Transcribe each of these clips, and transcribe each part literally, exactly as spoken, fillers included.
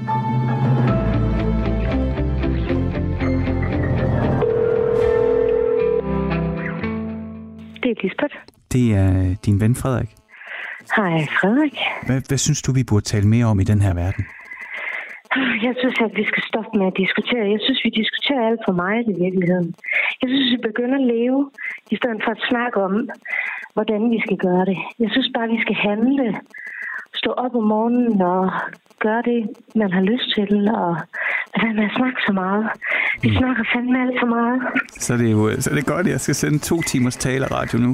Det er Lisbeth. Det er din ven Frederik. Hej Frederik. Hvad, hvad synes du, vi burde tale mere om i den her verden? Jeg synes, at vi skal stoppe med at diskutere. Jeg synes, vi diskuterer alt for meget i virkeligheden. Jeg synes, vi begynder at leve, i stedet for at snakke om, hvordan vi skal gøre det. Jeg synes bare, vi skal handle. Stå op om morgenen og gøre det, man har lyst til. Og lad være med at snakke så meget. Vi mm. snakker fandme alt for meget. Så er det jo så er det godt, at jeg skal sende to timers taleradio nu.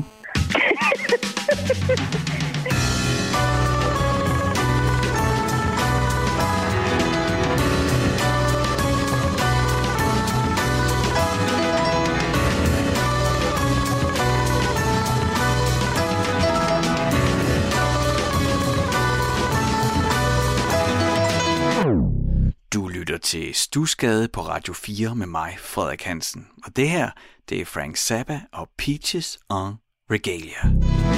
Du lytter til Studsgade på Radio fire med mig, Frederik Hansen. Og det her, det er Frank Zappa og Peaches en Regalia.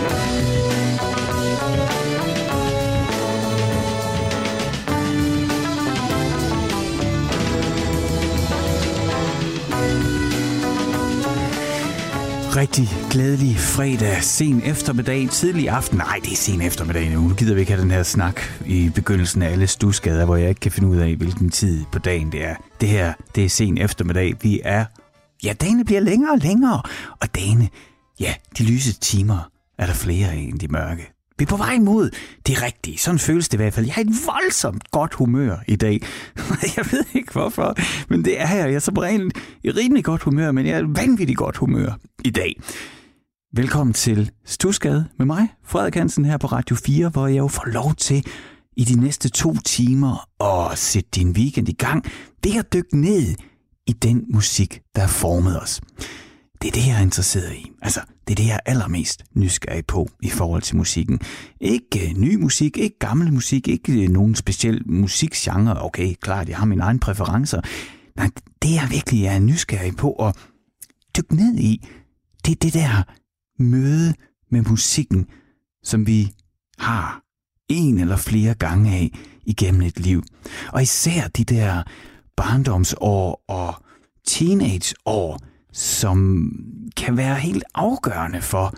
Rigtig glædelig fredag, sen eftermiddag, tidlig aften. Nej, det er sen eftermiddag nu. Nu gider vi ikke have den her snak i begyndelsen af alle Studsgader, hvor jeg ikke kan finde ud af, hvilken tid på dagen det er. Det her, det er sen eftermiddag. Vi er... Ja, dagene bliver længere og længere. Og dagene, ja, de lyse timer er der flere af end de mørke. Vi er på vej mod det rigtige. Sådan føles det i hvert fald. Jeg har et voldsomt godt humør i dag. Jeg ved ikke hvorfor, men det er her. Jeg er som regel i rimelig godt humør, men jeg er et vanvittigt godt humør i dag. Velkommen til Studsgade med mig, Frederik Hansen, her på Radio fire, hvor jeg jo får lov til i de næste to timer at sætte din weekend i gang ved at dykke ned i den musik, der har formet os. Det er det, jeg er interesseret i. Altså, det er det, jeg er allermest nysgerrig på i forhold til musikken. Ikke uh, ny musik, ikke gammel musik, ikke uh, nogen speciel musikgenre. Okay, klart, jeg har mine egne præferencer. Nej, det jeg virkelig er nysgerrig på at dykke ned i, det er det der møde med musikken, som vi har en eller flere gange af igennem et liv. Og især de der barndomsår og teenageår, som kan være helt afgørende for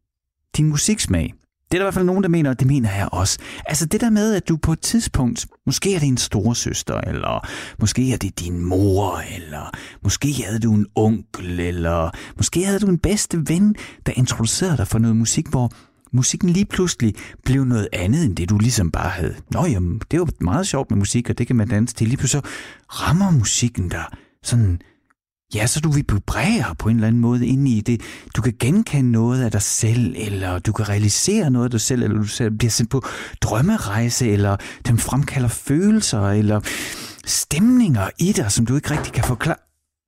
din musiksmag. Det er der i hvert fald nogen, der mener, og det mener jeg også. Altså det der med, at du på et tidspunkt, måske er det en storesøster, eller måske er det din mor, eller måske havde du en onkel, eller måske havde du en bedste ven, der introducerede dig for noget musik, hvor musikken lige pludselig blev noget andet, end det du ligesom bare havde. Nå jamen, det er jo meget sjovt med musik, og det kan man danse til. Lige pludselig så rammer musikken der sådan... Ja, så du vibrerer på en eller anden måde ind i det. Du kan genkende noget af dig selv, eller du kan realisere noget af dig selv, eller du selv bliver sendt på drømmerejse, eller den fremkalder følelser, eller stemninger i dig, som du ikke rigtig kan forklare.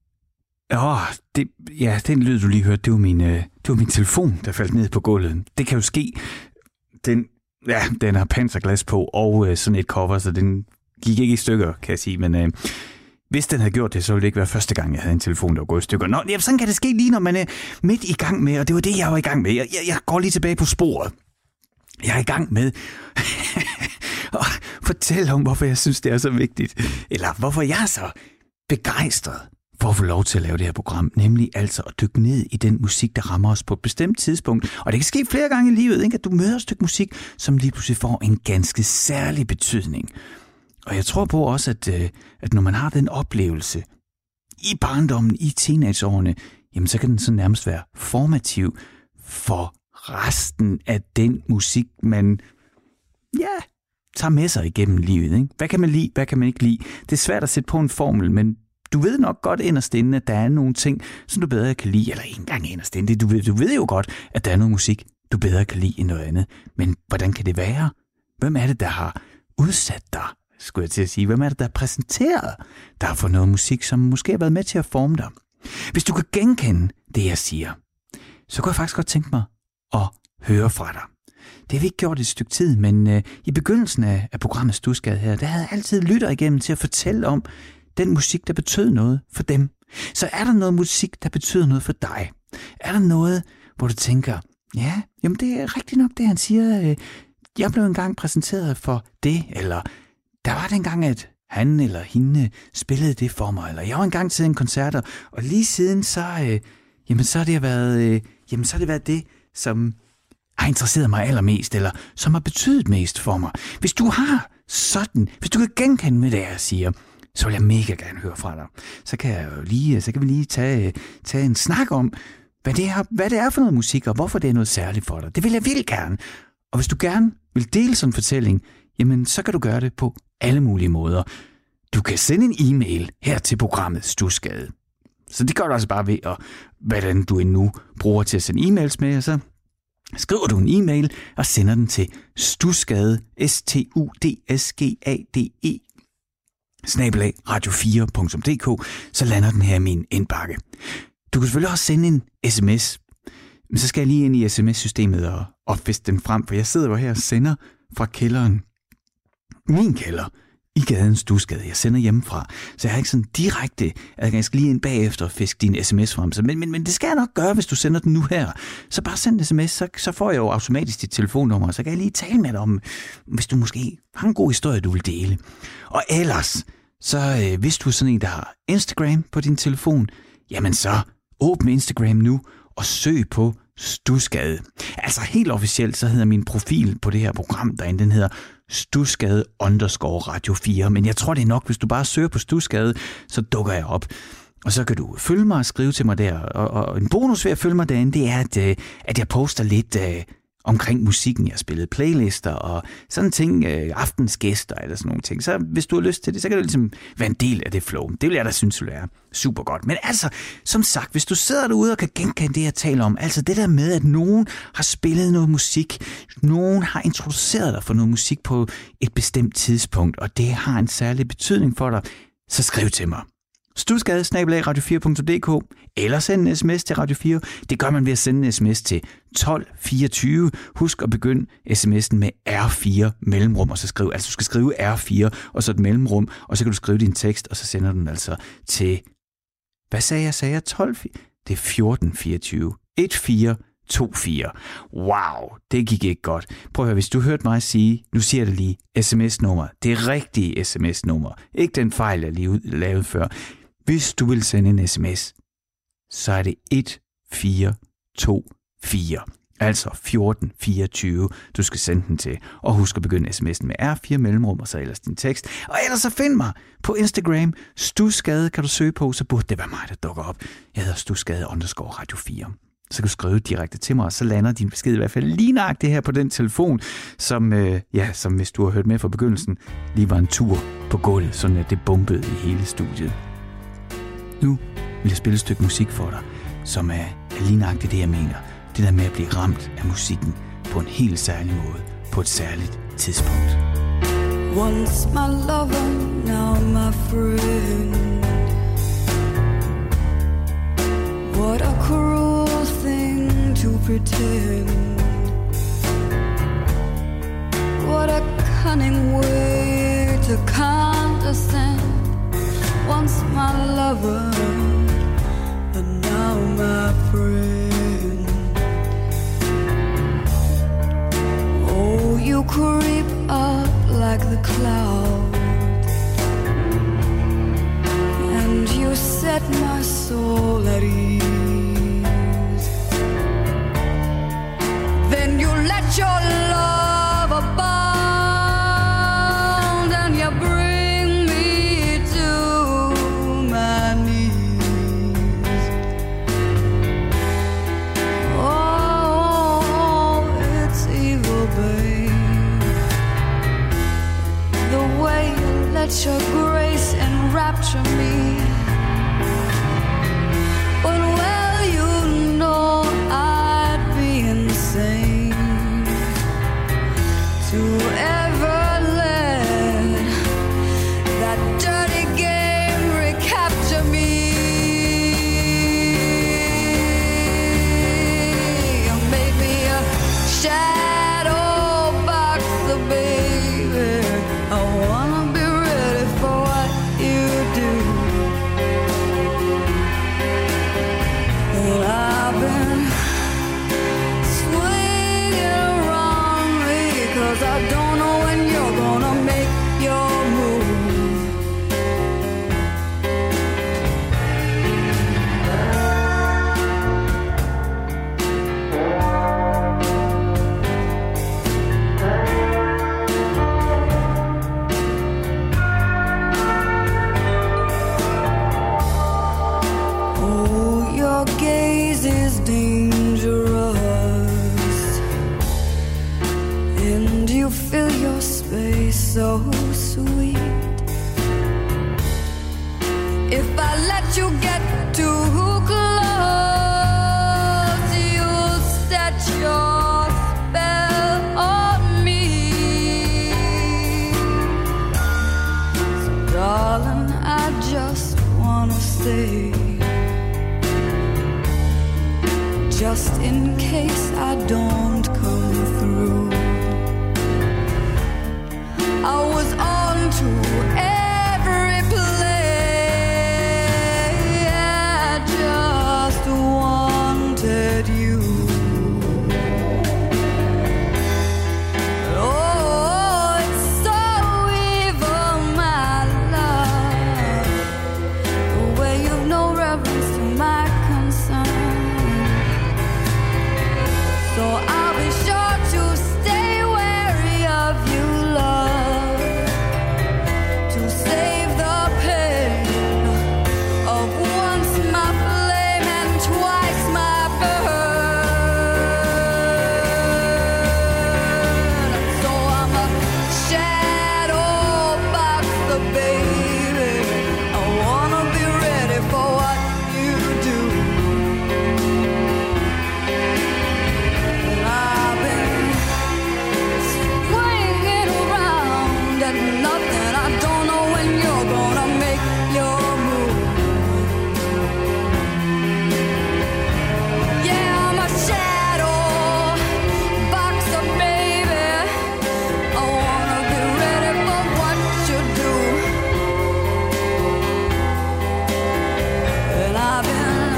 Åh, det, ja, den lyd, du lige hørte, det var, min, det var min telefon, der faldt ned på gulvet. Det kan jo ske. Den, ja, den har panserglas på, og øh, sådan et cover, så den gik ikke i stykker, kan jeg sige, men... Øh, Hvis den havde gjort det, så ville det ikke være første gang, jeg havde en telefon, der var gået i stykker. Nå, ja, sådan kan det ske lige, når man er midt i gang med, og det var det, jeg var i gang med. Jeg, jeg, jeg går lige tilbage på sporet. Jeg er i gang med at fortælle om, hvorfor jeg synes, det er så vigtigt. Eller hvorfor jeg er så begejstret for at få lov til at lave det her program. Nemlig altså at dykke ned i den musik, der rammer os på et bestemt tidspunkt. Og det kan ske flere gange i livet, ikke? At du møder et stykke musik, som lige pludselig får en ganske særlig betydning. Og jeg tror på også, at, at når man har den oplevelse i barndommen, i teenageårene, jamen så kan den så nærmest være formativ for resten af den musik, man ja, tager med sig igennem livet. Ikke? Hvad kan man lide, hvad kan man ikke lide? Det er svært at sætte på en formel, men du ved nok godt inderst inde, at der er nogle ting, som du bedre kan lide, eller ikke engang inderst inde. Du ved, du ved jo godt, at der er noget musik, du bedre kan lide end noget andet. Men hvordan kan det være? Hvem er det, der har udsat dig? Skulle jeg til at sige, hvem er det, der er præsenteret dig for noget musik, som måske har været med til at forme dig? Hvis du kan genkende det, jeg siger, så kunne jeg faktisk godt tænke mig at høre fra dig. Det har vi ikke gjort et stykke tid, men øh, i begyndelsen af, af programmet Studsgade her, der havde jeg altid lytter igennem til at fortælle om den musik, der betød noget for dem. Så er der noget musik, der betyder noget for dig? Er der noget, hvor du tænker, ja, jamen det er rigtigt nok det, han siger. Øh, jeg blev engang præsenteret for det, eller... Der var dengang, at han eller hende spillede det for mig, eller jeg var engang til en koncert, og lige siden så, øh, jamen, så har det været, øh, jamen, så har det været det, som har interesseret mig allermest, eller som har betydet mest for mig. Hvis du har sådan, hvis du kan genkende med det, jeg siger, så vil jeg mega gerne høre fra dig. Så kan, jeg jo lige, så kan vi lige tage, tage en snak om, hvad det, er, hvad det er for noget musik, og hvorfor det er noget særligt for dig. Det vil jeg virkelig gerne. Og hvis du gerne vil dele sådan en fortælling, jamen så kan du gøre det på alle mulige måder. Du kan sende en e-mail her til programmet Stusgade. Så det gør du altså bare ved, at, hvordan du endnu bruger til at sende e-mails med, og så skriver du en e-mail og sender den til stusgade, S T U D S G A D E, snabel-a radio fire punktum d k, så lander den her i min indbakke. Du kan selvfølgelig også sende en sms, men så skal jeg lige ind i sms-systemet og opfiske den frem, for jeg sidder jo her og sender fra kælderen, min kælder, i gaden Stusgade. Jeg sender hjemmefra, så jeg har ikke sådan direkte, jeg skal lige ind bagefter og fiske din sms frem. Så, men, men, men det skal jeg nok gøre, hvis du sender den nu her. Så bare send en sms, så, så får jeg jo automatisk dit telefonnummer, så kan jeg lige tale med dig om, hvis du måske har en god historie, du vil dele. Og ellers, så øh, hvis du er sådan en, der har Instagram på din telefon, jamen så åbn Instagram nu og søg på Stusgade. Altså helt officielt, så hedder min profil på det her program derinde, den hedder Stusgade underscore radio fire, men jeg tror det er nok, hvis du bare søger på Stusgade, så dukker jeg op. Og så kan du følge mig og skrive til mig der, og, og en bonus ved at følge mig derinde, det er, at, at jeg poster lidt uh, omkring musikken, jeg har spillet playlister og sådan ting, uh, aftensgæster eller sådan nogle ting. Så hvis du har lyst til det, så kan du ligesom være en del af det flow. Det vil jeg da synes, vil være super godt. Men altså, som sagt, hvis du sidder derude og kan genkende det, jeg taler om, altså det der med, at nogen har spillet noget musik, nogen har introduceret dig for noget musik på et bestemt tidspunkt, og det har en særlig betydning for dig, så skriv til mig. Stusgade, snabel-a radio fire punktum d k, eller send en sms til Radio fire. Det gør man ved at sende en sms til tolv fireogtyve. Husk at begynde sms'en med R fire mellemrum, og så skriv, altså du skal skrive R fire, og så et mellemrum, og så kan du skrive din tekst, og så sender du den altså til, hvad sagde jeg, sagde jeg tolv? Det er fjorten fireogtyve. et fire to fire. Wow, det gik ikke godt. Prøv at høre, hvis du hørte mig sige, nu siger jeg det lige, sms-nummer, det rigtige sms-nummer, ikke den fejl, jeg lige lavede før. Hvis du vil sende en sms, så er det et fire to fire. Altså fjorten fireogtyve, du skal sende den til. Og husk at begynde sms'en med R fire mellemrum, og så ellers din tekst. Og ellers så find mig på Instagram. Stusgade kan du søge på, så burde det være mig, der dukker op. Jeg hedder Stusgade underscore radio fire. Så kan du skrive direkte til mig, og så lander din besked i hvert fald lige nøjagtigt her på den telefon, som, øh, ja, som hvis du har hørt med fra begyndelsen, lige var en tur på gulvet, sådan at det bombede i hele studiet. Nu vil jeg spille et stykke musik for dig, som er, er lige nøjagtigt det, jeg mener. Det der med at blive ramt af musikken på en helt særlig måde, på et særligt tidspunkt. Once my lover, now my friend. What a cruel thing to pretend. What a cunning way to condescend. Once my lover, and now my friend. Oh, you creep up like the clouds, and you set my soul at ease. Then you let your love abound, and you bring me to my knees. Oh, it's evil, babe, the way you let your grace enrapture me. But well, you know I'd be insane to ever let that dirty game recapture me. You made me a shadow boxer, baby. I wanna be ready for what you do. And I've been swinging around me, 'cause I don't know when you're gonna make your move. wanna stay, just in case I don't come through. I was on to every play, I just wanted you. Oh, it's so evil, my love, the way you've no reverence to my concern. So I'll be sure to stay wary of you, love, to save the pain of once my flame and twice my burn. So I'm a shadow boxer, baby. I wanna be ready for what you do. And I've been swinging around at nothing. I don't know when you're gonna make your move. Yeah, I'm a shadow boxer, baby. I wanna be ready for what you do. And I've been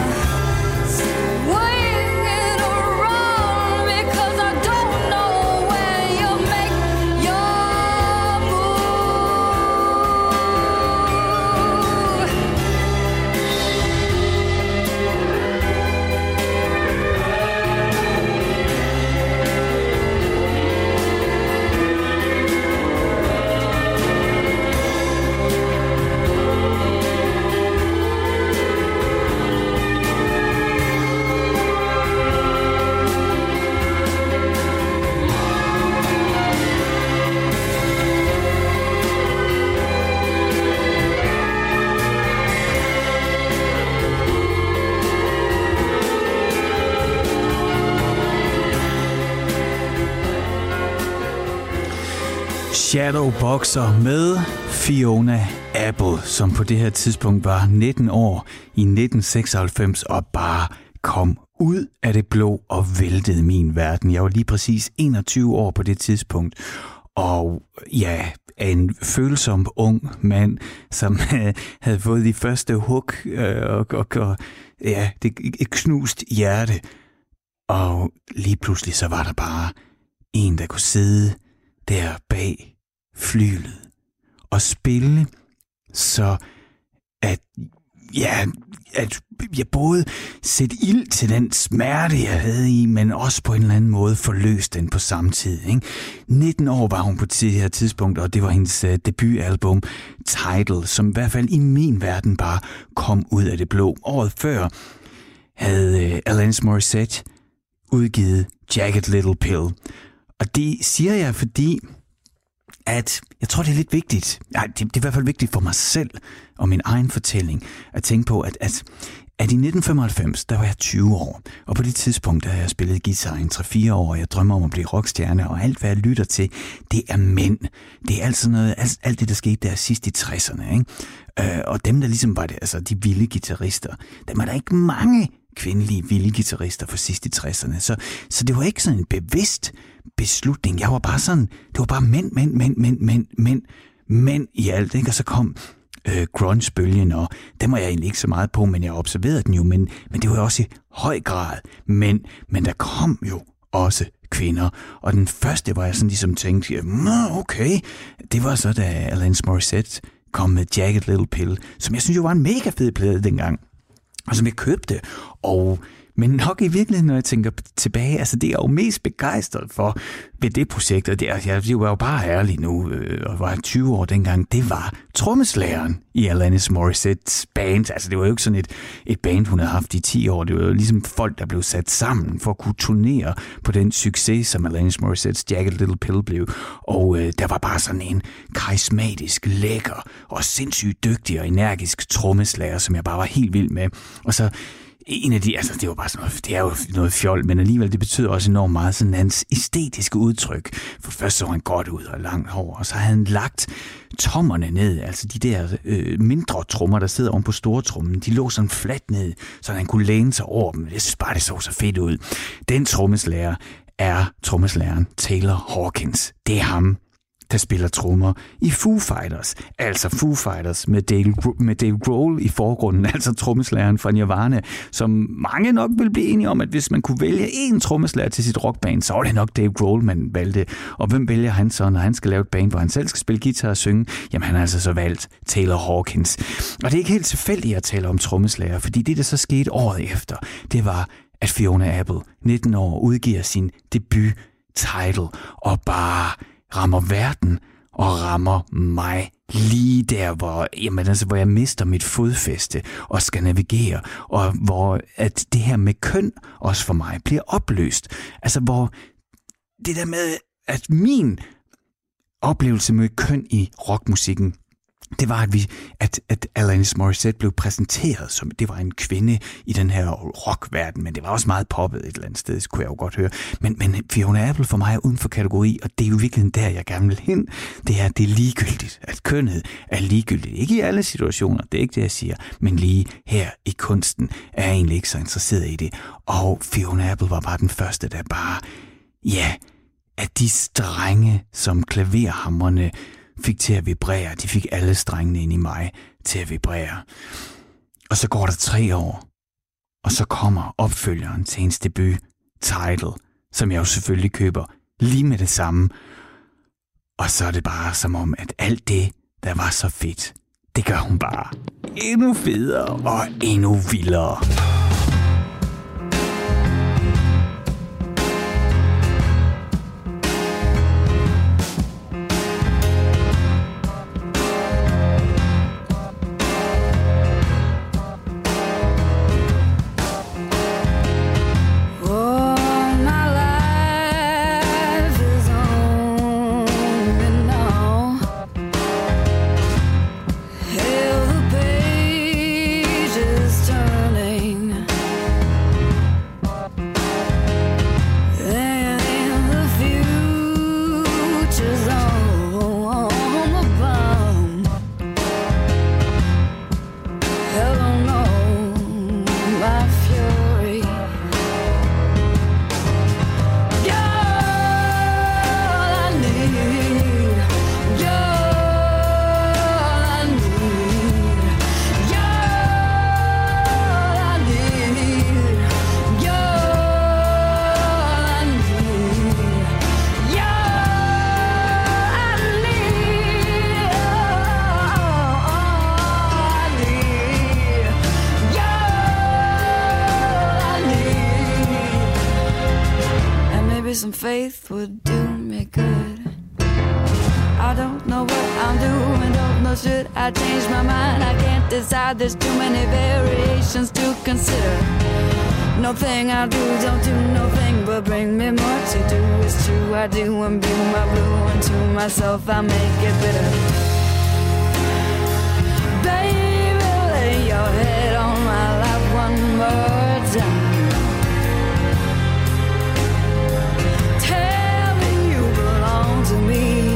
swinging around because I don't know when you'll make your move. Shadowboxer med Fiona Apple, som på det her tidspunkt var nitten år i nitten seksoghalvfems og bare kom ud af det blå og væltede min verden. Jeg var lige præcis enogtyve år på det tidspunkt, og ja, en følsom ung mand, som havde fået de første hug øh, og, og, og ja, det, et knust hjerte. Og lige pludselig så var der bare en, der kunne sidde der bag flylet og spille, så at ja, at jeg både sætte ild til den smerte, jeg havde i, men også på en eller anden måde forløste den på samme tid. Ikke? nitten år var hun på det her tidspunkt, og det var hendes uh, debutalbum Tidal, som i hvert fald i min verden bare kom ud af det blå. Året før havde uh, Alanis Morissette udgivet Jagged Little Pill. Og det siger jeg, fordi at jeg tror, det er lidt vigtigt. Nej, det, det er i hvert fald vigtigt for mig selv og min egen fortælling at tænke på, at, at, at i nitten femoghalvfems, der var jeg tyve år. Og på det tidspunkt, der havde jeg spillet guitar i tre fire år, og jeg drømmer om at blive rockstjerne, og alt, hvad jeg lytter til, det er mænd. Det er alt sådan noget, alt, alt det, der skete der sidst i tresserne, ikke? Øh, og dem, der ligesom var det, altså de vilde guitarister, dem er der ikke mange kvindelige vilde guitarister for sidst i tresserne. Så, så det var ikke sådan en bevidst beslutning. Jeg var bare sådan, det var bare mænd, mænd, mænd, mænd, mænd, mænd, mænd i alt, ikke? Og så kom øh, grunge-bølgen, og den var jeg egentlig ikke så meget på, men jeg observerede den jo, men, men det var også i høj grad mænd, men der kom jo også kvinder, og den første var jeg sådan ligesom tænkte, okay, det var så da Alanis Morissette kom med Jagged Little Pill, som jeg synes jo var en mega fed plade dengang, og som jeg købte, og men nok i virkeligheden, når jeg tænker tilbage, altså det er jeg jo mest begejstret for ved det projekt, og det er, jeg var jo bare ærlig nu, øh, og var tyve år dengang, det var trommeslageren i Alanis Morissettes band. Altså det var jo ikke sådan et, et band, hun havde haft i ti år, det var jo ligesom folk, der blev sat sammen for at kunne turnere på den succes, som Alanis Morissettes Jagged Little Pill blev. Og øh, der var bare sådan en karismatisk, lækker og sindssygt dygtig og energisk trommeslager, som jeg bare var helt vild med. Og så en af de, altså det var bare sådan noget, det er jo noget fjol, men alligevel det betyder også enormt meget sådan hans æstetiske udtryk. For først så han godt ud og langt hår, og så havde han lagt tommerne ned, altså de der øh, mindre trommer, der sidder oven på store trommen, de lå sådan fladt ned, så han kunne læne sig over dem. Jeg synes bare, det så så fedt ud. Den trommeslager er trommeslageren Taylor Hawkins. Det er ham, der spiller trommer i Foo Fighters. Altså Foo Fighters med Dave, med Dave Grohl i forgrunden, altså trommeslageren fra Nirvana, som mange nok vil blive enige om, at hvis man kunne vælge en trommeslager til sit rockband, så var det nok Dave Grohl, man valgte. Og hvem vælger han så, når han skal lave et band, hvor han selv skal spille guitar og synge? Jamen han har altså så valgt Taylor Hawkins. Og det er ikke helt tilfældigt at tale om trommeslager, fordi det, der så skete året efter, det var, at Fiona Apple, nitten år, udgiver sin debut Tidal og bare rammer verden og rammer mig lige der, hvor, jamen, altså, hvor jeg mister mit fodfæste og skal navigere, og hvor at det her med køn også for mig bliver opløst. Altså hvor det der med, at min oplevelse med køn i rockmusikken, det var, at, vi, at, at Alanis Morissette blev præsenteret som, det var en kvinde i den her rockverden, men det var også meget poppet et eller andet sted, kunne jeg jo godt høre. Men, men Fiona Apple for mig er uden for kategori, og det er jo virkelig der, jeg gerne vil hen. Det er, det er ligegyldigt, at kønnet er ligegyldigt. Ikke i alle situationer, det er ikke det, jeg siger, men lige her i kunsten er jeg egentlig ikke så interesseret i det. Og Fiona Apple var bare den første, der bare, ja, at de strenge, som klaverhammerne fik til at vibrere. De fik alle strengene ind i mig til at vibrere. Og så går der tre år, og så kommer opfølgeren til hendes debut, Tidal, som jeg jo selvfølgelig køber lige med det samme. Og så er det bare som om, at alt det, der var så fedt, det gør hun bare endnu federe og endnu vildere. Some faith would do me good. I don't know what I'm doing, don't know should I change my mind. I can't decide, there's too many variations to consider. No thing I do, don't do nothing but bring me more to do. It's true I do imbue my blue, and to myself I make it bitter. Baby, lay your head on my lap one more time. To me,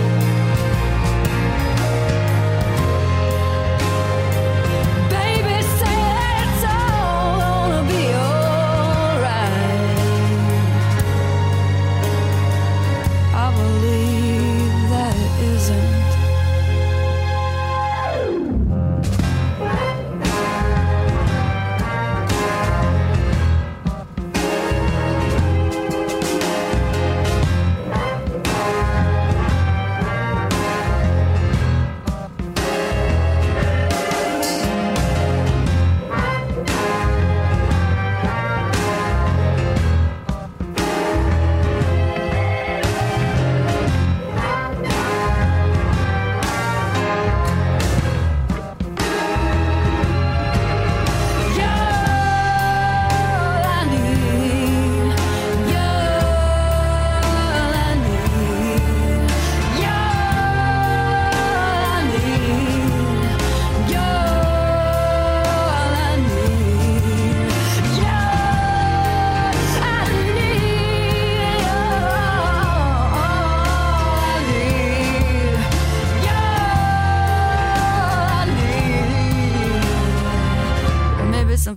baby, say it's all gonna be alright. I believe that it isn't.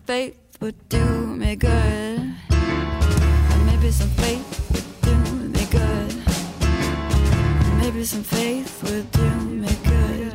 faith would do me good. And maybe some faith would do me good. And maybe some faith would do me good.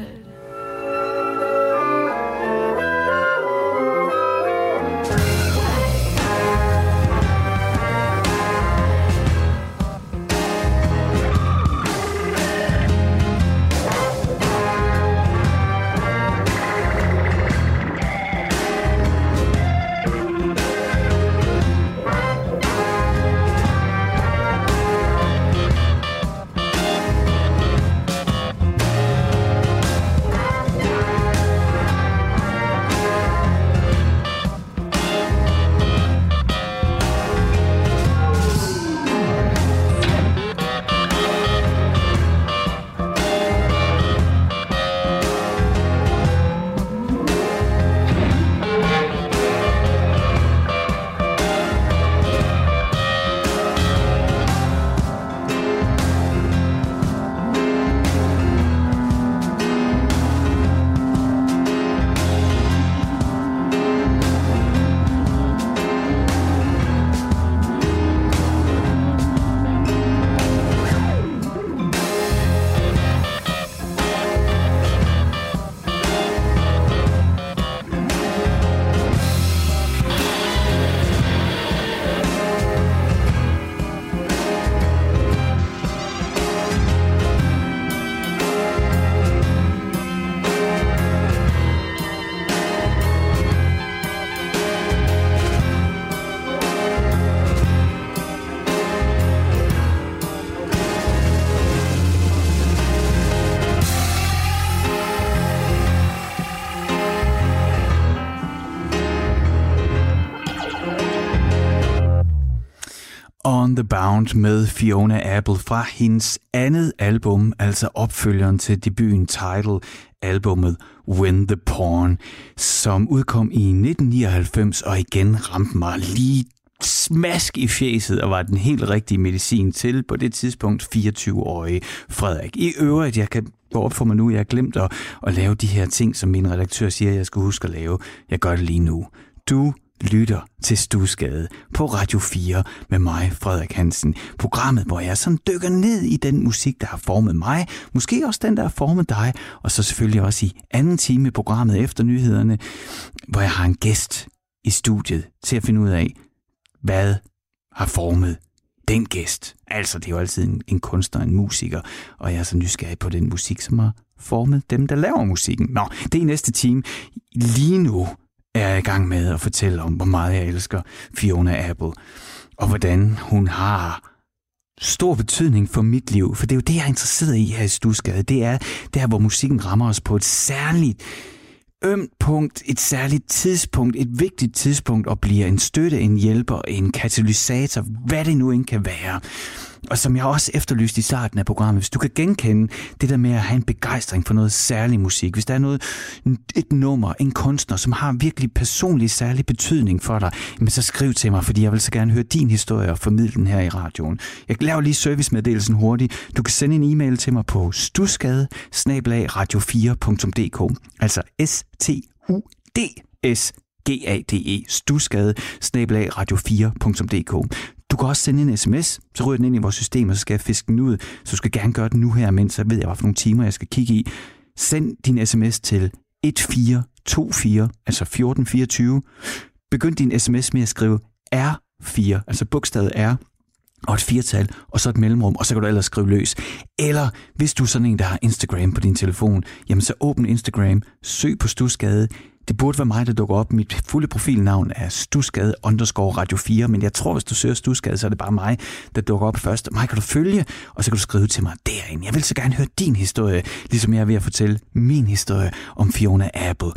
On the Bound med Fiona Apple fra hendes andet album, altså opfølgeren til debuten Tidal, albummet When the Porn, som udkom i nitten nioghalvfems og igen ramte mig lige smask i fjeset og var den helt rigtige medicin til på det tidspunkt fireogtyve-årige Frederik. I øvrigt, jeg kan gå op for mig nu, jeg har glemt at, at lave de her ting, som min redaktør siger, jeg skal huske at lave. Jeg gør det lige nu. Du lytter til Studsgade på Radio fire med mig, Frederik Hansen. Programmet, hvor jeg sådan dykker ned i den musik, der har formet mig, måske også den, der har formet dig, og så selvfølgelig også i anden time i programmet efter nyhederne, hvor jeg har en gæst i studiet til at finde ud af, hvad har formet den gæst. Altså, det er jo altid en, en kunstner, en musiker, og jeg er så nysgerrig på den musik, som har formet dem, der laver musikken. Nå, det er i næste time. Lige nu er jeg i gang med at fortælle om, hvor meget jeg elsker Fiona Apple, og hvordan hun har stor betydning for mit liv. For det er jo det, jeg er interesseret i her i Studsgade. Det er der, hvor musikken rammer os på et særligt ømt punkt, et særligt tidspunkt, et vigtigt tidspunkt, og bliver en støtte, en hjælper, en katalysator, hvad det nu end kan være. Og som jeg også efterlyste i starten af programmet, hvis du kan genkende det der med at have en begejstring for noget særlig musik, hvis der er noget, et nummer, en kunstner, som har virkelig personlig særlig betydning for dig, jamen så skriv til mig, fordi jeg vil så gerne høre din historie og formidle den her i radioen. Jeg laver lige servicemeddelelsen hurtigt. Du kan sende en e-mail til mig på studsgade bindestreg radio fire punktum d k, altså S T U D S G A D E, studsgade bindestreg radio fire punktum d k. Du kan også sende en sms, så ryger den ind i vores system, og så skal jeg fiske den ud. Så du skal gerne gøre det nu her, mens så ved jeg, hvad for nogle timer jeg skal kigge i. Send din sms til et fire to fire, altså fjorten fireogtyve. Begynd din sms med at skrive R fire, altså bogstavet R, og et firtal, og så et mellemrum, og så kan du ellers skrive løs. Eller hvis du er sådan en, der har Instagram på din telefon, jamen så åbn Instagram, søg på Studsgade. Det burde være mig, der dukker op. Mit fulde profilnavn er Studsgade underscore radio fire, men jeg tror, hvis du søger Studsgade, så er det bare mig, der dukker op først. Mig kan du følge, og så kan du skrive til mig derinde. Jeg vil så gerne høre din historie, ligesom jeg er ved at fortælle min historie om Fiona Apple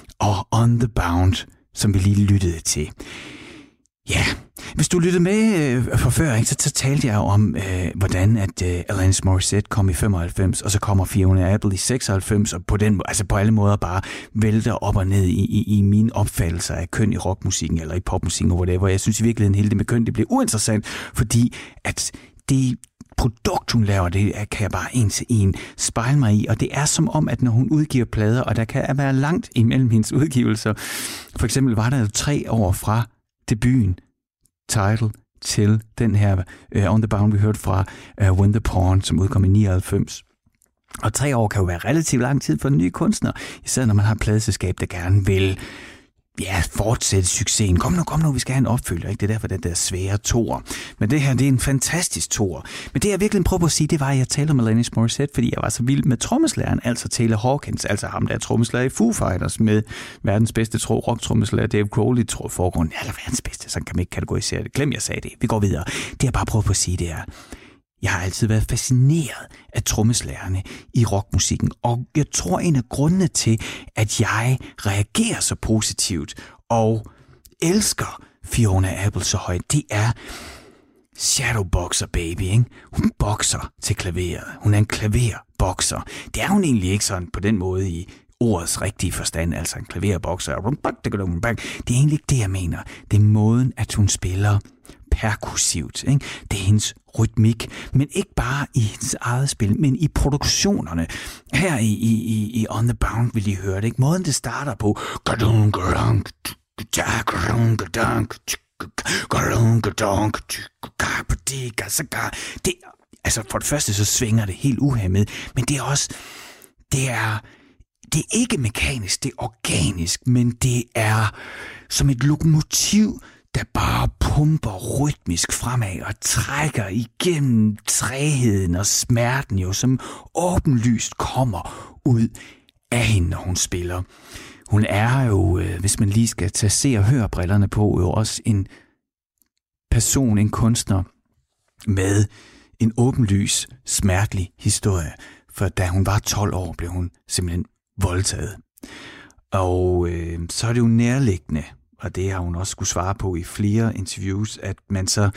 og On the Bound, som vi lige lyttede til. Ja, hvis du lyttede med øh, for før, ikke, så, så talte jeg om, øh, hvordan at øh, Alanis Morissette kom i femoghalvfems, og så kommer Fiona Apple i seksoghalvfems, og på, den, altså på alle måder bare vælter op og ned i, i, i mine opfattelser af køn i rockmusikken eller i popmusikken, og whatever. Jeg synes i virkeligheden, hele det med køn, det bliver uinteressant, fordi at det produkt, hun laver, det kan jeg bare en til en spejle mig i, og det er som om, at når hun udgiver plader, og der kan være langt imellem hendes udgivelser, for eksempel var der jo tre år fra debuten, Title, til den her uh, On The Bound, vi hørte fra uh, When The Pawn, som udkom i nioghalvfems. Og tre år kan jo være relativt lang tid for en ny kunstner, især når man har et pladeselskab, der gerne vil ja, fortsætte succesen. Kom nu, kom nu, vi skal have en opfølger, ikke? Det er derfor, den der svære toer. Men det her, det er en fantastisk toer. Men det, jeg virkelig prøver at sige, det var, at jeg talte om Alanis Morissette, fordi jeg var så vild med trommeslageren, altså Taylor Hawkins, altså ham, der er trommeslager i Foo Fighters, med verdens bedste tro rock-trommeslager, Dave Grohl, tror jeg foregrunden, eller verdens bedste, så kan man ikke kategorisere det. Glem, jeg sagde det. Vi går videre. Det, jeg bare prøver på at sige, det er, jeg har altid været fascineret af trommeslagerne i rockmusikken, og jeg tror, en af grundene til, at jeg reagerer så positivt og elsker Fiona Apple så højt, det er shadowboxer baby, ikke? Hun bokser til klaveret. Hun er en klaverbokser. Det er hun egentlig ikke sådan på den måde i ordets rigtige forstand, altså en klaverbokser. Det er egentlig ikke det, jeg mener. Det er måden, at hun spiller perkussivt, ikke? Det er hendes rytmik, men ikke bare i hendes eget spil, men i produktionerne. Her i, i, i On The Bound vil I høre det, ikke? Måden det starter på. Det, altså for det første så svinger det helt uhæmmet, men det er også, det er, det er ikke mekanisk, det er organisk, men det er som et lokomotiv, der bare pumper rytmisk fremad og trækker igennem træheden og smerten jo, som åbenlyst kommer ud af hende, når hun spiller. Hun er jo, hvis man lige skal tage se og høre brillerne på, jo også en person, en kunstner med en åbenlys, smertelig historie. For da hun var tolv år, blev hun simpelthen voldtaget. Og øh, så er det jo nærliggende, og det har hun også skulle svare på i flere interviews, at man så,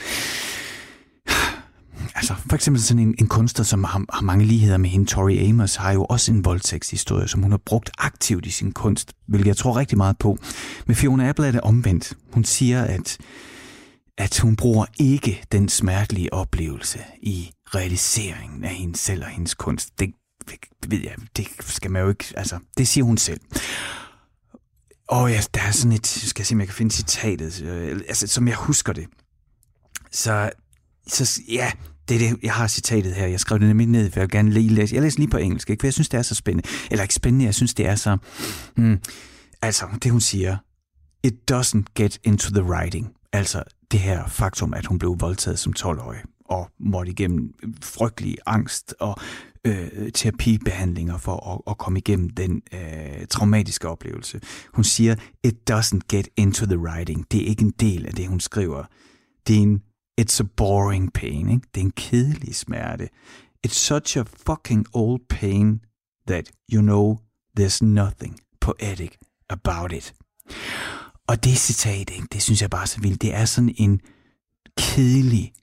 altså for eksempel sådan en, en kunstner, som har, har mange ligheder med hende, Tori Amos, har jo også en voldtægtshistorie, som hun har brugt aktivt i sin kunst, hvilket jeg tror rigtig meget på. Med Fiona Apple er det omvendt. Hun siger, at, at hun bruger ikke den smertelige oplevelse i realiseringen af hende selv og hendes kunst. Det ved jeg, det skal man jo ikke, altså det siger hun selv. Og ja, der er sådan et, skal jeg se, om jeg kan finde citatet, øh, altså som jeg husker det. Så, så ja, det er det, jeg har citatet her. Jeg skrev det nemlig ned, for jeg vil gerne lige læse. Jeg læser lige på engelsk, ikke? For jeg synes, det er så spændende. Eller ikke spændende, jeg synes, det er så... Hmm, altså, det hun siger, it doesn't get into the writing. Altså, det her faktum, at hun blev voldtaget som tolv-årig, og måtte igennem frygtelig angst og øh, terapibehandlinger for at, at komme igennem den øh, traumatiske oplevelse. Hun siger, it doesn't get into the writing. Det er ikke en del af det, hun skriver. Det er en, it's a boring pain. Ikke? Det er en kedelig smerte. It's such a fucking old pain that you know there's nothing poetic about it. Og det citat, ikke? Det synes jeg bare er så vildt. Det er sådan en kedelig,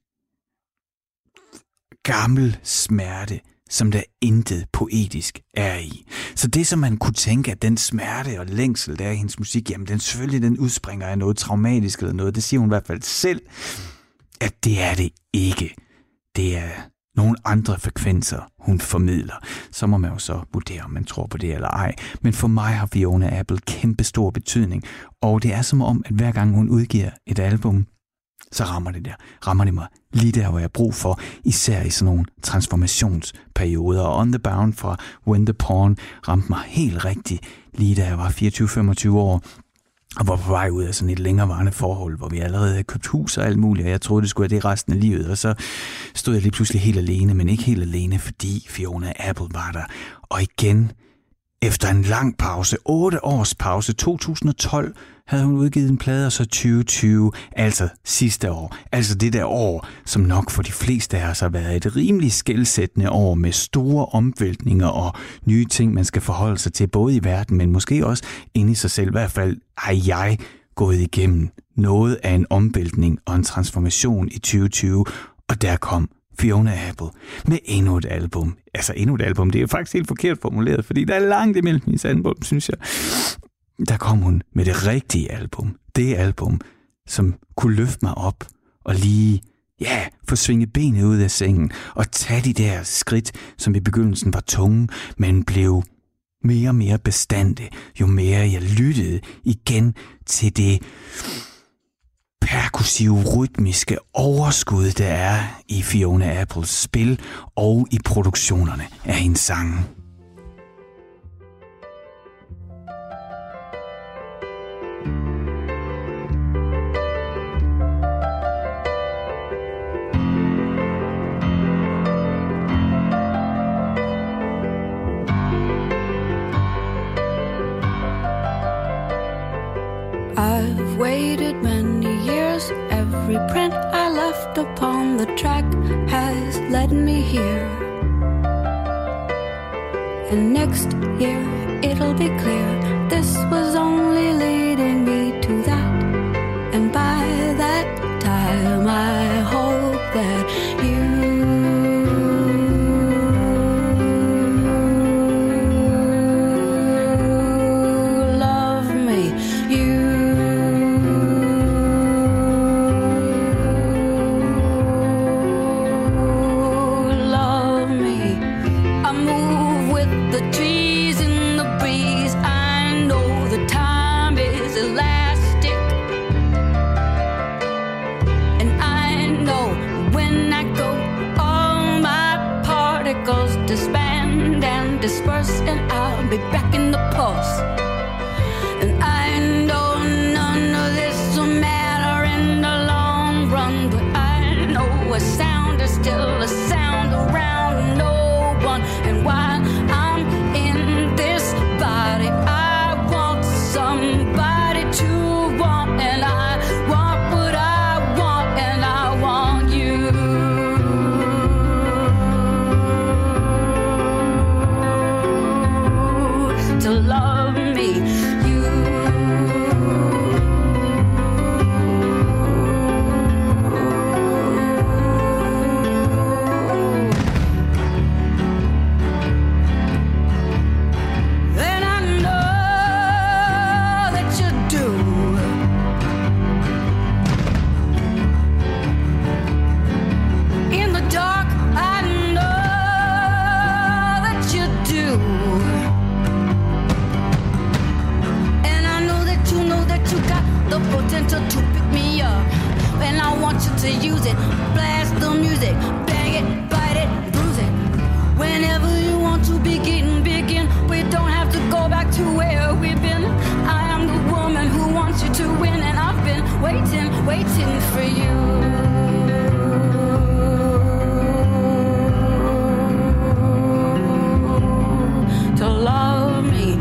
gammel smerte, som der intet poetisk er i. Så det, som man kunne tænke, at den smerte og længsel, der er i hendes musik, jamen den selvfølgelig, den udspringer af noget traumatisk eller noget. Det siger hun i hvert fald selv, at det er det ikke. Det er nogle andre frekvenser, hun formidler. Så må man jo så vurdere, om man tror på det eller ej. Men for mig har Fiona Apple kæmpe stor betydning. Og det er som om, at hver gang hun udgiver et album, så rammer det der. Rammer det mig lige der, hvor jeg har brug for, især i sådan nogle transformationsperioder. Og On The Bound fra When The Pawn ramte mig helt rigtigt, lige da jeg var fireogtyve til femogtyve år, og var på vej ud af sådan et længerevarende forhold, hvor vi allerede havde købt hus og alt muligt, og jeg troede, det skulle være det resten af livet. Og så stod jeg lige pludselig helt alene, men ikke helt alene, fordi Fiona Apple var der. Og igen, efter en lang pause, otte års pause, to tusind og tolv, havde hun udgivet en plade, og så tyve tyve, altså sidste år. Altså det der år, som nok for de fleste af os har været et rimelig skelsættende år med store omvæltninger og nye ting, man skal forholde sig til, både i verden, men måske også inde i sig selv. I hvert fald har jeg gået igennem noget af en omvæltning og en transformation i tyve tyve, og der kom Fiona Apple med endnu et album. Altså endnu et album, det er faktisk helt forkert formuleret, fordi der er langt imellem hendes album, synes jeg. Der kom hun med det rigtige album. Det album, som kunne løfte mig op og lige Ja, få svinget benet ud af sengen og tage de der skridt, som i begyndelsen var tunge, men blev mere og mere bestandte, jo mere jeg lyttede igen til det perkussive, rytmiske overskud, der er i Fiona Apples spil og i produktionerne af hendes sange. I've waited many years. Every print I left upon the track has led me here. And next year it'll be clear this was only leading me to that. And by that time I hope that you disperse and I'll be back in the pulse. And I know none of this will matter in the long run, but I know a sound is still a sound around no one. And while I'm in this body, I want somebody to want, and I want what I want, and I want you. To love me, you. And I know that you do. In the dark, I know that you do. You got the potential to pick me up, and I want you to use it. Blast the music, bang it, bite it, bruise it. Whenever you want to begin, begin. We don't have to go back to where we've been. I am the woman who wants you to win, and I've been waiting, waiting for you. To love me.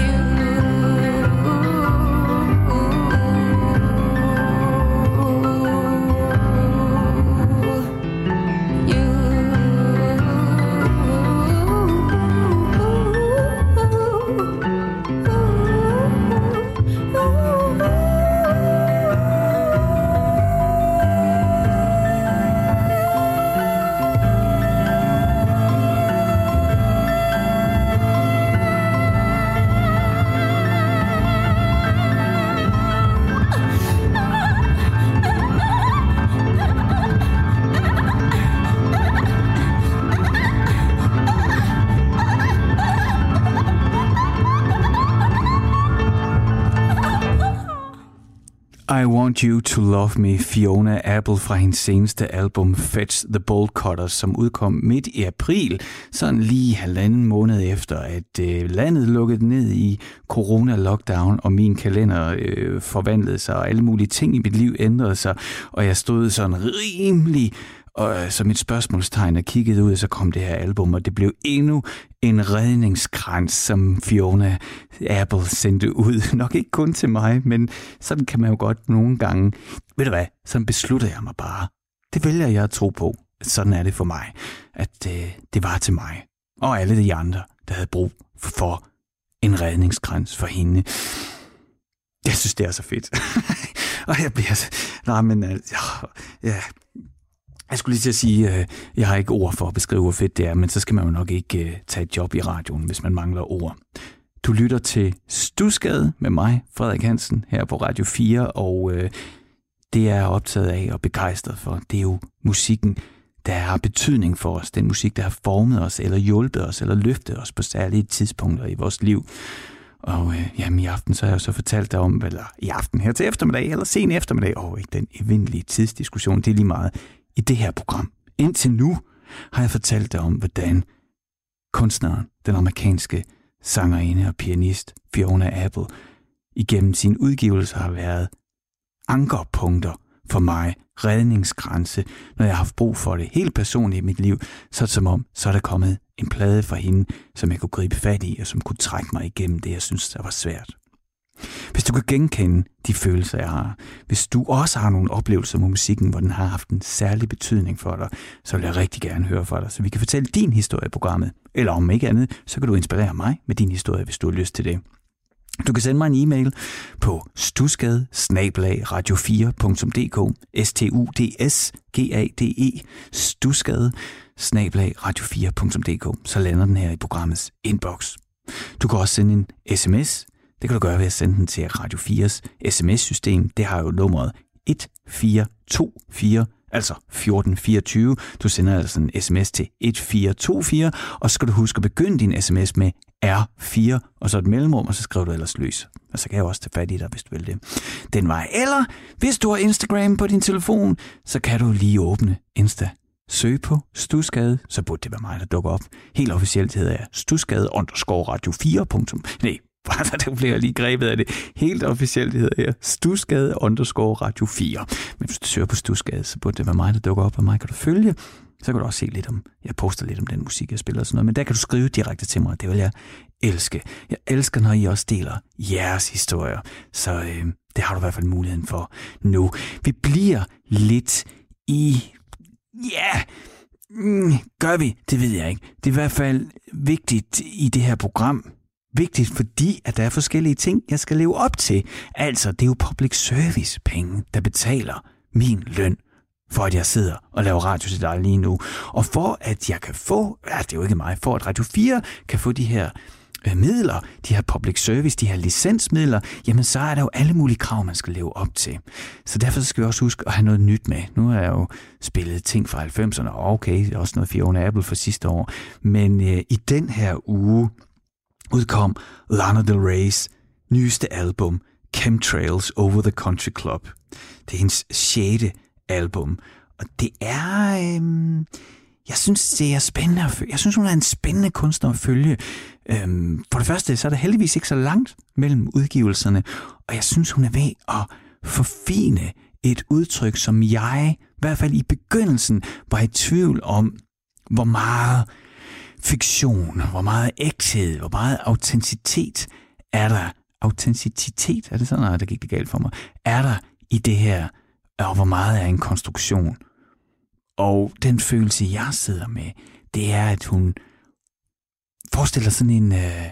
I Want You to Love Me, Fiona Apple fra hendes seneste album Fetch the Bolt Cutters, som udkom midt i april, sådan lige halvanden måned efter, at øh, landet lukkede ned i corona-lockdown, og min kalender øh, forvandlede sig, og alle mulige ting i mit liv ændrede sig, og jeg stod sådan rimelig og som et spørgsmålstegn og kiggede ud, og så kom det her album, og det blev endnu en redningskrans, som Fiona Apple sendte ud. Nok ikke kun til mig, men sådan kan man jo godt nogle gange. Ved du hvad, sådan beslutter jeg mig bare. Det vælger jeg at tro på. Sådan er det for mig, at øh, det var til mig. Og alle de andre, der havde brug for en redningskrans for hende. Jeg synes, det er så fedt. Og jeg bliver så... Nej, men... Øh, ja... Jeg skulle lige til at sige, at jeg har ikke ord for at beskrive, hvor fedt det er, men så skal man jo nok ikke tage et job i radioen, hvis man mangler ord. Du lytter til Studsgade med mig, Frederik Hansen, her på Radio fire, og øh, det jeg er optaget af og begejstret for, det er jo musikken, der har betydning for os. Den musik, der har formet os, eller hjulpet os, eller løftet os på særlige tidspunkter i vores liv. Og øh, jamen, i aften så har jeg jo så fortalt dig om, eller i aften her til eftermiddag, eller sen eftermiddag, og ikke den evindelige tidsdiskussion, det er lige meget i det her program. Indtil nu har jeg fortalt dig om, hvordan kunstneren, den amerikanske sangerinde og pianist Fiona Apple, igennem sin udgivelse har været ankerpunkter for mig, redningsgrænse, når jeg har haft brug for det helt personligt i mit liv, så er det som om, så er der kommet en plade fra hende, som jeg kunne gribe fat i, og som kunne trække mig igennem det, jeg synes, der var svært. Hvis du kan genkende de følelser, jeg har, hvis du også har nogle oplevelser med musikken, hvor den har haft en særlig betydning for dig, så vil jeg rigtig gerne høre fra dig, så vi kan fortælle din historie i programmet. Eller om ikke andet, så kan du inspirere mig med din historie, hvis du har lyst til det. Du kan sende mig en e-mail på studsgade snabel-a radio fire punktum d k, S T U D S G A D E, studsgade snabel-a radio fire punktum d k, så lander den her i programmets inbox. Du kan også sende en sms. Det kan du gøre ved at sende den til Radio fires sms-system. Det har jo nummeret et fire to fire, altså fjorten fireogtyve. Du sender altså en sms til et fire to fire, og så skal du huske at begynde din sms med R fire, og så et mellemrum, og så skriver du ellers løs. Og så kan jeg også tage fat i dig, hvis du vil det. Den vej. Eller hvis du har Instagram på din telefon, så kan du lige åbne Insta. Søg på Studsgade, så burde det være mig, der dukker op. Helt officielt hedder jeg Studsgade underscore radio fire. Nej, der bliver jeg lige grebet af det. Helt officielt hedder jeg Studsgade underscore radio fire. Men hvis du søger på Studsgade, så burde det være mig, der dukker op, og mig kan du følge. Så kan du også se lidt om, jeg poster lidt om den musik, jeg spiller og sådan noget, men der kan du skrive direkte til mig, det vil jeg elske. Jeg elsker, når I også deler jeres historier, så øh, det har du i hvert fald muligheden for nu. Vi bliver lidt i, ja, yeah, mm, gør vi, det ved jeg ikke. Det er i hvert fald vigtigt i det her program, vigtigt, fordi at der er forskellige ting, jeg skal leve op til. Altså, det er jo public service penge, der betaler min løn, for at jeg sidder og laver radio til dig lige nu. Og for at jeg kan få, ja, det er jo ikke mig, for at Radio fire kan få de her øh, midler, de her public service, de her licensmidler, jamen så er der jo alle mulige krav, man skal leve op til. Så derfor skal vi også huske at have noget nyt med. Nu har jeg jo spillet ting fra halvfemserne, og okay, også noget Fiona Apple fra sidste år. Men øh, i den her uge udkom Lana Del Rey's nyeste album, Chemtrails Over the Country Club. Det er hendes sjette album, og det er, øhm, jeg synes, det er spændende at følge. Jeg synes, hun er en spændende kunstner at følge. Øhm, for det første, så er der heldigvis ikke så langt mellem udgivelserne, og jeg synes, hun er ved at forfine et udtryk, som jeg, i hvert fald i begyndelsen, var i tvivl om, hvor meget fiktion, hvor meget ægthed, hvor meget autenticitet er der. Autenticitet, er det sådan, nej, der gik det galt for mig, er der i det her, og hvor meget er en konstruktion. Og den følelse, jeg sidder med, det er, at hun forestiller sådan en, øh,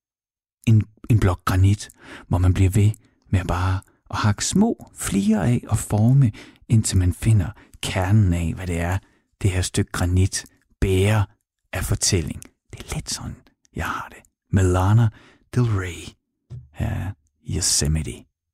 en, en blok granit, hvor man bliver ved med bare at hakke små fliger af og forme, indtil man finder kernen af, hvad det er, det her stykke granit bærer af fortælling. Det er lidt sådan, jeg har det. Med Lana Del Rey her i Yosemite.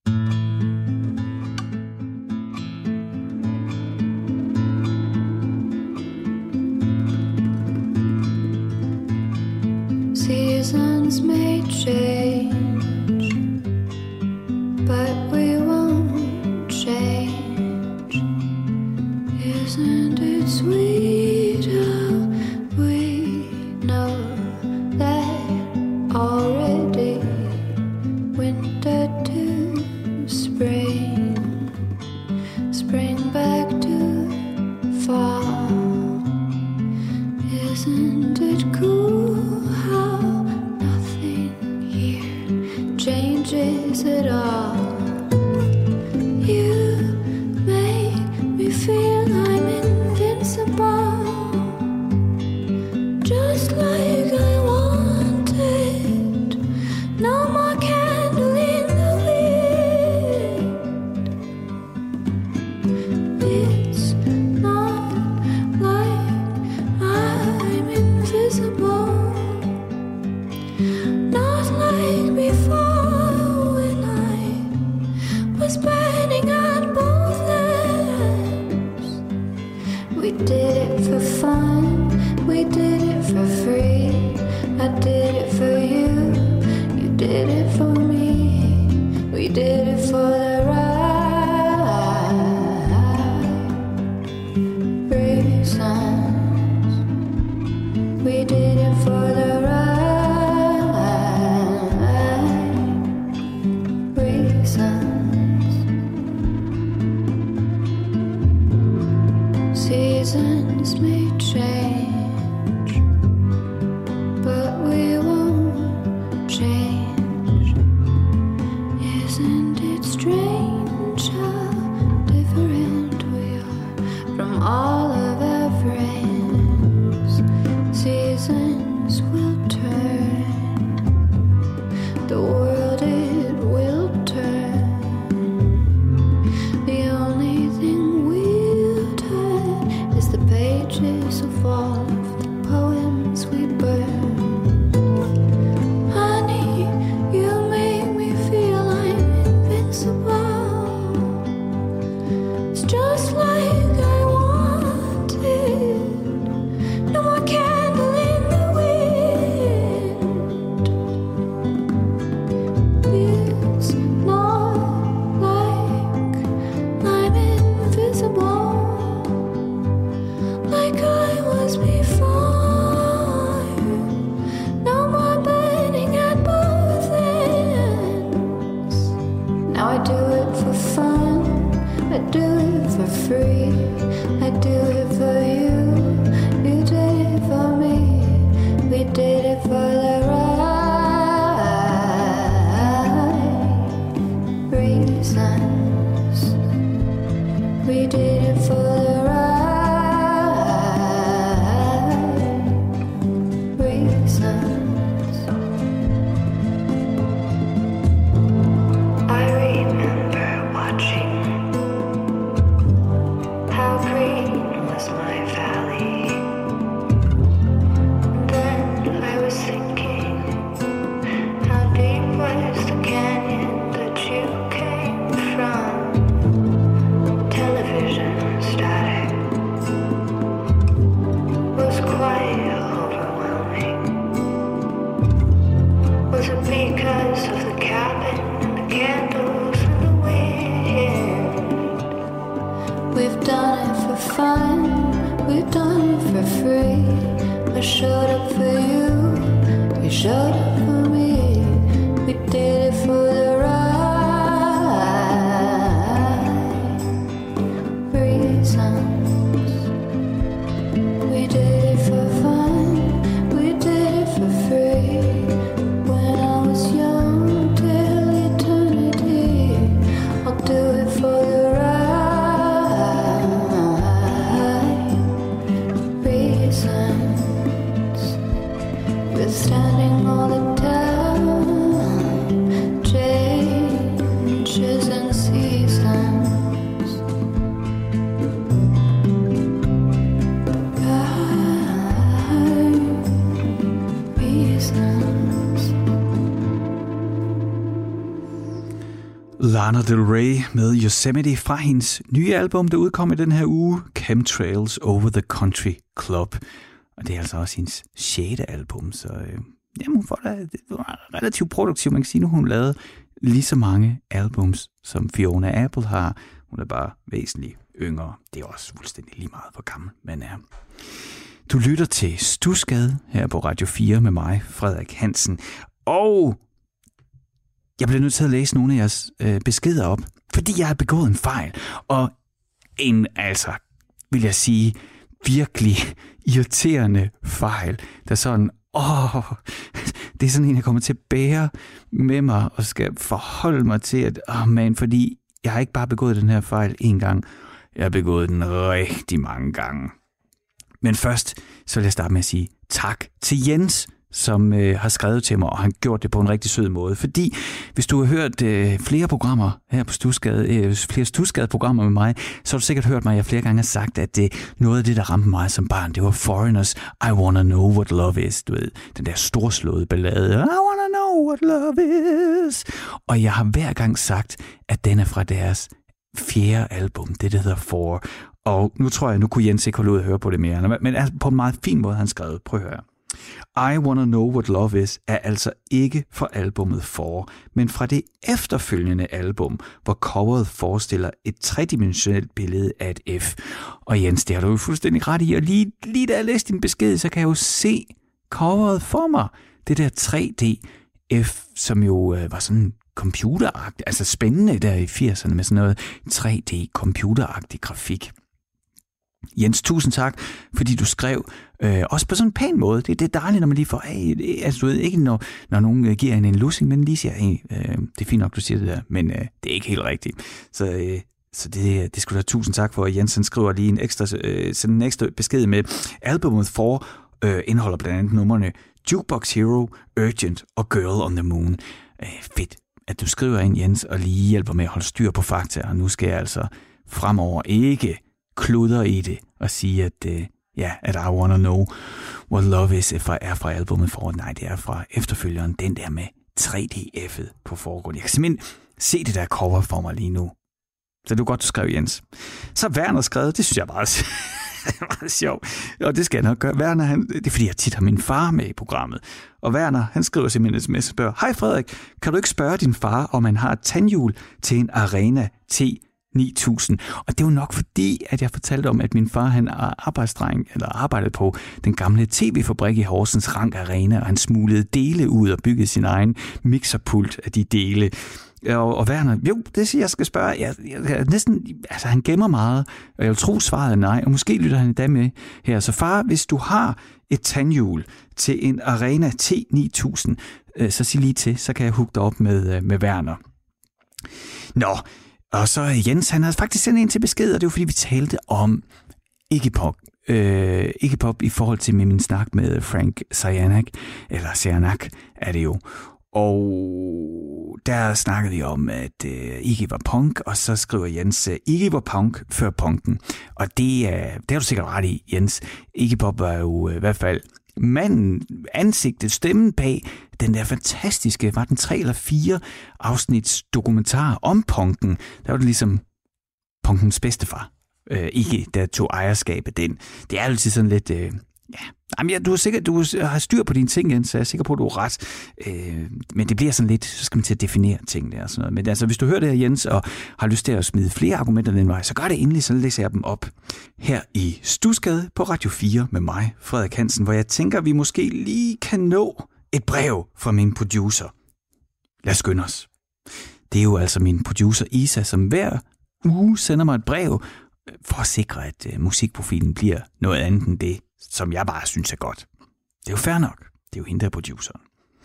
Seasons may change, but we won't change. Isn't it sweet how we know that already winter to spring, spring back to fall? Isn't it cool how nothing here changes at all? You make me feel I'm invincible, just like I wanted. No more candle in the wind. It's not like I'm invisible, not like before when I We did it for the right reasons. We did it for the right reasons. Seasons may change, but we won't change. Isn't it strange how different we are from all of our friends? Seasons will turn, the world it will turn. The only thing we'll turn is the pages of all of the poems we burn. Honey, you make me feel I'm invincible. It's just like I wanted. No more candle in the wind. It's not like I'm invisible, like I was before. No more burning at both ends. Now I do it for fun, I do it for free. I do it for you, you did it for me. We did it for the right reasons. We did it for the right reasons. I remember watching how green was my valley. Then I was thinking, how deep was the canyon that you came from? Television static was quite overwhelming. Was it because of the cabin and the candles and the wind? We've done it for fun, we've done it for free. I showed up for you, you showed up for me. We did it for the right reasons. We did it for fun, we did it for free. When I was young till eternity, I'll do it for the right reasons. Withstanding all the time, changes and seasons. Right reasons. Lana Del Rey med Yosemite fra hendes nye album, der udkom i den her uge, Chemtrails Over the Country Club. Og det er altså også hendes sjette album, så øh, jamen, hun får da, det var relativt produktiv. Man kan sige, nu hun lavet lige så mange albums, som Fiona Apple har. Hun er bare væsentligt yngre. Det er også fuldstændig lige meget, hvor gammel man er. Du lytter til Studsgade her på Radio fire med mig, Frederik Hansen. Og jeg bliver nødt til at læse nogle af jeres øh, beskeder op, fordi jeg har begået en fejl. Og en, altså, vil jeg sige, virkelig irriterende fejl, der sådan, åh, det er sådan en, jeg kommer til at bære med mig, og skal forholde mig til, at, åh man, fordi jeg har ikke bare begået den her fejl en gang, jeg har begået den rigtig mange gange. Men først, så vil jeg starte med at sige tak til Jens, som øh, har skrevet til mig, og han har gjort det på en rigtig sød måde. Fordi hvis du har hørt øh, flere programmer her på Studsgade, øh, flere Studsgade-programmer med mig, så har du sikkert hørt mig, jeg flere gange har sagt, at øh, noget af det, der ramte mig som barn, det var Foreigners I Wanna Know What Love Is. Du ved, den der storslåede ballade, I Wanna Know What Love Is. Og jeg har hver gang sagt, at den er fra deres fjerde album, det der hedder Four. Og nu tror jeg, nu kunne Jens ikke holde ud at høre på det mere. Men altså, på en meget fin måde, han skrev. Prøv at høre. I Wanna Know What Love Is er altså ikke fra albumet For, men fra det efterfølgende album, hvor coveret forestiller et tredimensionelt billede af et F. Og Jens, det har du jo fuldstændig ret i, og lige, lige da jeg læste din besked, så kan jeg jo se coveret for mig. Det der tre D F, som jo øh, var sådan computeragtigt, altså spændende der i firserne med sådan noget tre D computeragtig grafik. Jens, tusind tak, fordi du skrev, øh, også på sådan en pæn måde. Det, det er dejligt, når man lige får, hey, altså du ved ikke, når, når nogen giver en en lussing, men lige siger, hey, øh, det er fint nok, du siger det der, men øh, det er ikke helt rigtigt. Så, øh, så det, det skulle da tusind tak for, at Jensen skriver lige en ekstra, øh, sådan en ekstra besked med. Albumet For øh, indeholder blandt andet numrene Jukebox Hero, Urgent og Girl on the Moon. Øh, fedt, at du skriver ind, Jens, og lige hjælper med at holde styr på fakta, og nu skal jeg altså fremover ikke kluder i det og sige, at, uh, ja, at I Wanna Know What Love Is er fra, er fra albumet For. Nej, det er fra efterfølgeren, den der med tre D F'et på forgrund. Jeg kan simpelthen se det der cover for mig lige nu. Så det er godt, du skrev, Jens. Så Werner skrevet, det synes jeg bare er meget sjovt. Og det skal jeg nok gøre. Werner, han, det er fordi, jeg tit har min far med i programmet. Og Werner, han skriver simpelthen en sms og spørger, hej Frederik, kan du ikke spørge din far, om han har et tandhjul til en Arena T ni tusind. Og det er jo nok fordi, at jeg fortalte om, at min far han er arbejdsdreng, eller arbejdede på den gamle tv-fabrik i Horsens Rank Arena, og han smuglede dele ud og byggede sin egen mixerpult af de dele. Og, og Werner, jo, det siger jeg skal spørge. Jeg, jeg, jeg, næsten, altså han gemmer meget, og jeg vil tro svaret er nej, og måske lytter han endda med her. Så far, hvis du har et tandhjul til en Arena T ni tusind, øh, så sig lige til, så kan jeg hooke dig op med, øh, med Werner. Nå, og så Jens, han har faktisk sendt en til besked, og det var fordi, vi talte om Iggy Pop. Øh, Iggy Pop i forhold til med min snak med Frank Cyanak, eller Cyanak er det jo. Og der snakkede vi om, at øh, Iggy var punk, og så skriver Jens, Iggy var punk før punken. Og det, øh, det har du sikkert ret i, Jens. Iggy Pop var jo øh, i hvert fald manden, ansigtet, stemmen bag den der fantastiske, var den tre eller fire afsnits dokumentar om punken. Der var det ligesom punkens bedstefar. Øh, ikke der tog ejerskab af den. Det er altid sådan lidt... Øh, ja. Jamen, ja, du er sikker, du har styr på dine ting, Jens, så jeg er sikker på, at du er ret. Øh, men det bliver sådan lidt, så skal man til at definere ting der og sådan noget. Men altså, hvis du hører det her, Jens, og har lyst til at smide flere argumenter den vej, så gør det endelig, så læser jeg dem op. Her i Stusgade på Radio fire med mig, Frederik Hansen, hvor jeg tænker, vi måske lige kan nå et brev fra min producer. Lad os skynde os. Det er jo altså min producer Isa, som hver uge sender mig et brev, for at sikre, at uh, musikprofilen bliver noget andet end det, som jeg bare synes er godt. Det er jo fair nok. Det er jo hende, der er produceren.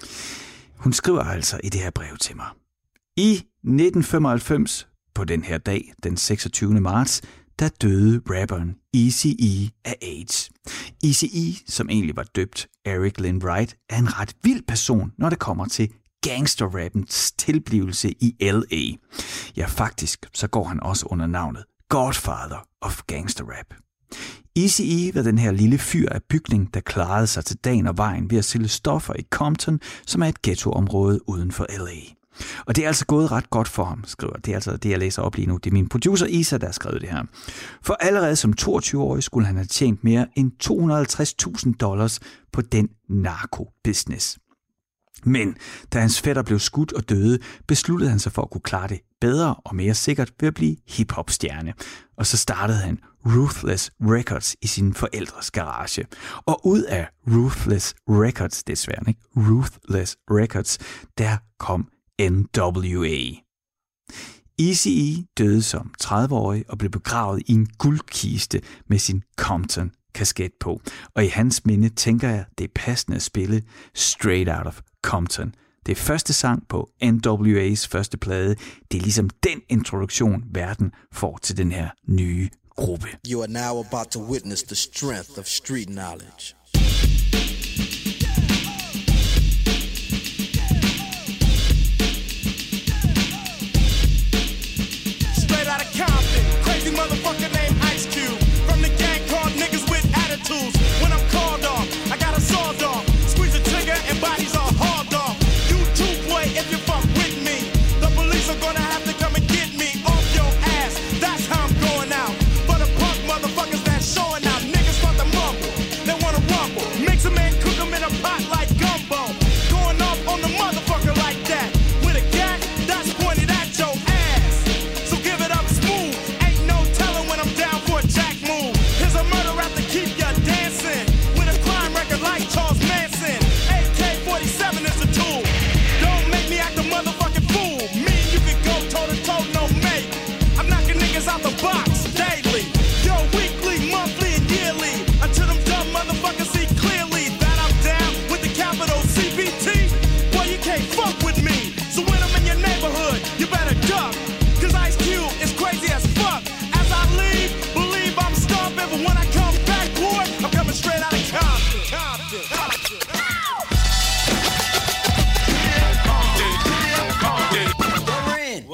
Hun skriver altså i det her brev til mig. I nitten femoghalvfems, på den her dag, den seksogtyvende marts, der døde rapperen Eazy-E af AIDS. Eazy-E, som egentlig var døbt Eric Lynn Wright, er en ret vild person, når det kommer til gangsterrappens tilblivelse i L A. Ja, faktisk, så går han også under navnet Godfather of Gangster Rap. Eazy-E var den her lille fyr af bygning, der klarede sig til dagen og vejen ved at sælge stoffer i Compton, som er et ghettoområde uden for L A. Og det er altså gået ret godt for ham, skriver. Det er altså det, jeg læser op lige nu. Det er min producer Isa, der har skrevet det her. For allerede som toogtyve-årig skulle han have tjent mere end to hundrede og halvtreds tusind dollars på den narko-business. Men da hans fætter blev skudt og døde, besluttede han sig for at kunne klare det bedre og mere sikkert ved at blive hip-hop-stjerne. Og så startede han Ruthless Records i sin forældres garage. Og ud af Ruthless Records, desværre ikke, Ruthless Records, der kom N W A. Eazy-E døde som tredive-årig og blev begravet i en guldkiste med sin Compton-kasket på. Og i hans minde tænker jeg, det er passende at spille Straight Out of Compton. Det er første sang på N W A's første plade. Det er ligesom den introduktion, verden får til den her nye gruppe. You are now about to witness the strength of street knowledge. Straight out of Compton, crazy motherfucker named Ice Cube. From the gang called niggas with attitudes. When I'm called off, I got a sawed off. Squeeze the trigger and bodies are hauled off. You too, boy, if you fuck with me. The police are gonna have to come and get me off your ass. That's how I'm going out. For the punk motherfuckers that's showing out. Niggas start to mumble, they wanna run.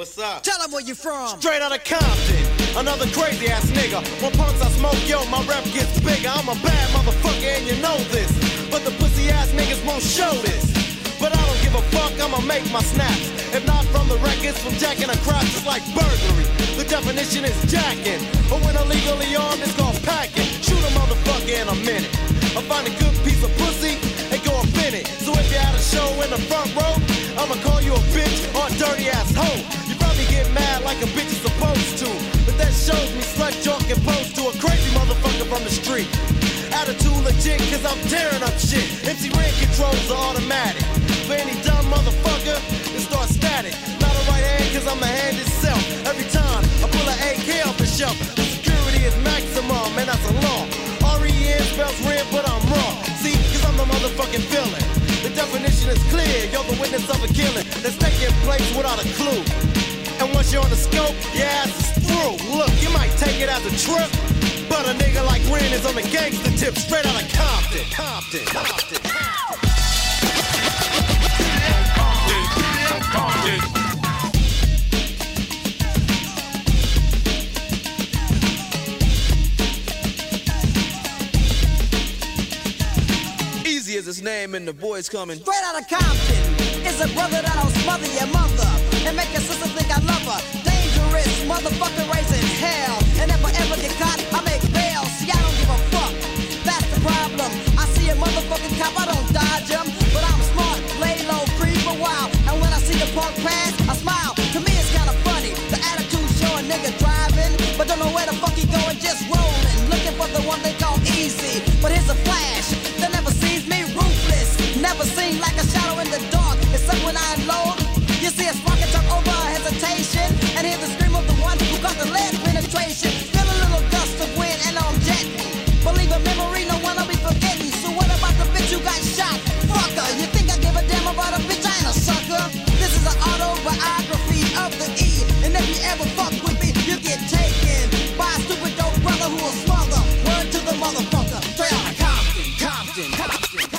What's up? Tell them where you from. Straight out of Compton. Another crazy ass nigga. When punks I smoke, yo, my rep gets bigger. I'm a bad motherfucker and you know this. But the pussy ass niggas won't show this. But I don't give a fuck, I'ma make my snaps. If not from the records, from jacking across, it's like burglary. The definition is jacking. But when illegally armed, it's called packing. Shoot a motherfucker in a minute. I find a good piece of pussy and go up in it. So if you had a show in the front row, I'ma call you a bitch or a dirty ass hoe. You probably get mad like a bitch is supposed to. But that shows me slut joke and pose to a crazy motherfucker from the street. Attitude legit, cause I'm tearing up shit. M C Ren controls are automatic. For any dumb motherfucker, it starts static. Not a right hand, cause I'm the hand itself. Every time I pull an A K off the shelf, the security is maximum, and that's a law. R E N spells red, but I'm raw. See, cause I'm the motherfucking villain. The definition is clear, you're the witness of a killing that's taking place without a clue. And once you're on the scope, your ass is through. Look, you might take it as a trip, but a nigga like Ren is on the gangster tip, straight out of Compton. Compton, Compton, Compton. Compton. Easy is his name and the boys coming straight out of Compton. It's a brother that'll smother your mother and make your sister think I love her. Dangerous motherfucker raising hell, and if I ever get caught, I make bail. See, I don't give a fuck. That's the problem. I see a motherfucking cop, I don't dodge him, but I'm smart, lay low, creep a while. And when I see the punk pass, I smile. To me, it's kind of funny. The attitude show a nigga driving, but don't know where the fuck he going, just rolling, looking for the one they call easy. But here's a flash that never sees me, ruthless. Never seen like a shadow in the dark. Except when I unload, you see a spark and turn over a hesitation, and hear the scream of the one who got the lead penetration. Feel a little gust of wind and I'm jetting. Believe a memory, no one I'll be forgetting. So what about the bitch who got shot? Fucker, you think I give a damn about a bitch? I ain't a sucker. This is an autobiography of the E, and if you ever fuck with me, you get taken by a stupid dope brother who will smother. Word to the motherfucker, straight out of Compton, Compton, Compton, Compton.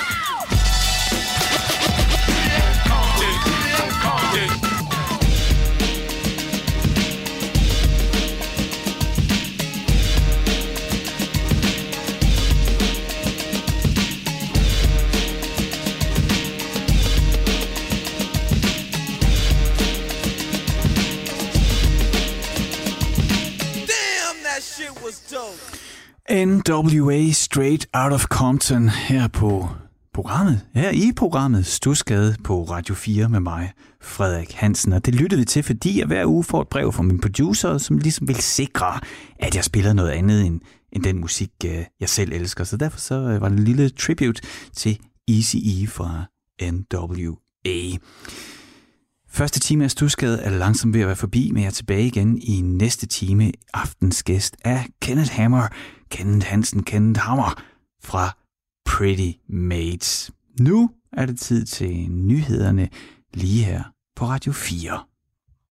N W A Straight Out of Compton her på programmet, her i programmet Studsgade på Radio fire med mig, Frederik Hansen. Og det lyttede vi til, fordi jeg hver uge får et brev fra min producer, som ligesom vil sikre, at jeg spiller noget andet end, end den musik, jeg selv elsker. Så derfor så var det en lille tribute til Eazy-E fra N W A. Første time af Studsgade er langsomt ved at være forbi, men jeg er tilbage igen i næste time. Aftens gæst er Kenneth Hammer, Kenneth Hansen, Kenneth Hammer fra Pretty Mates. Nu er det tid til nyhederne lige her på Radio fire.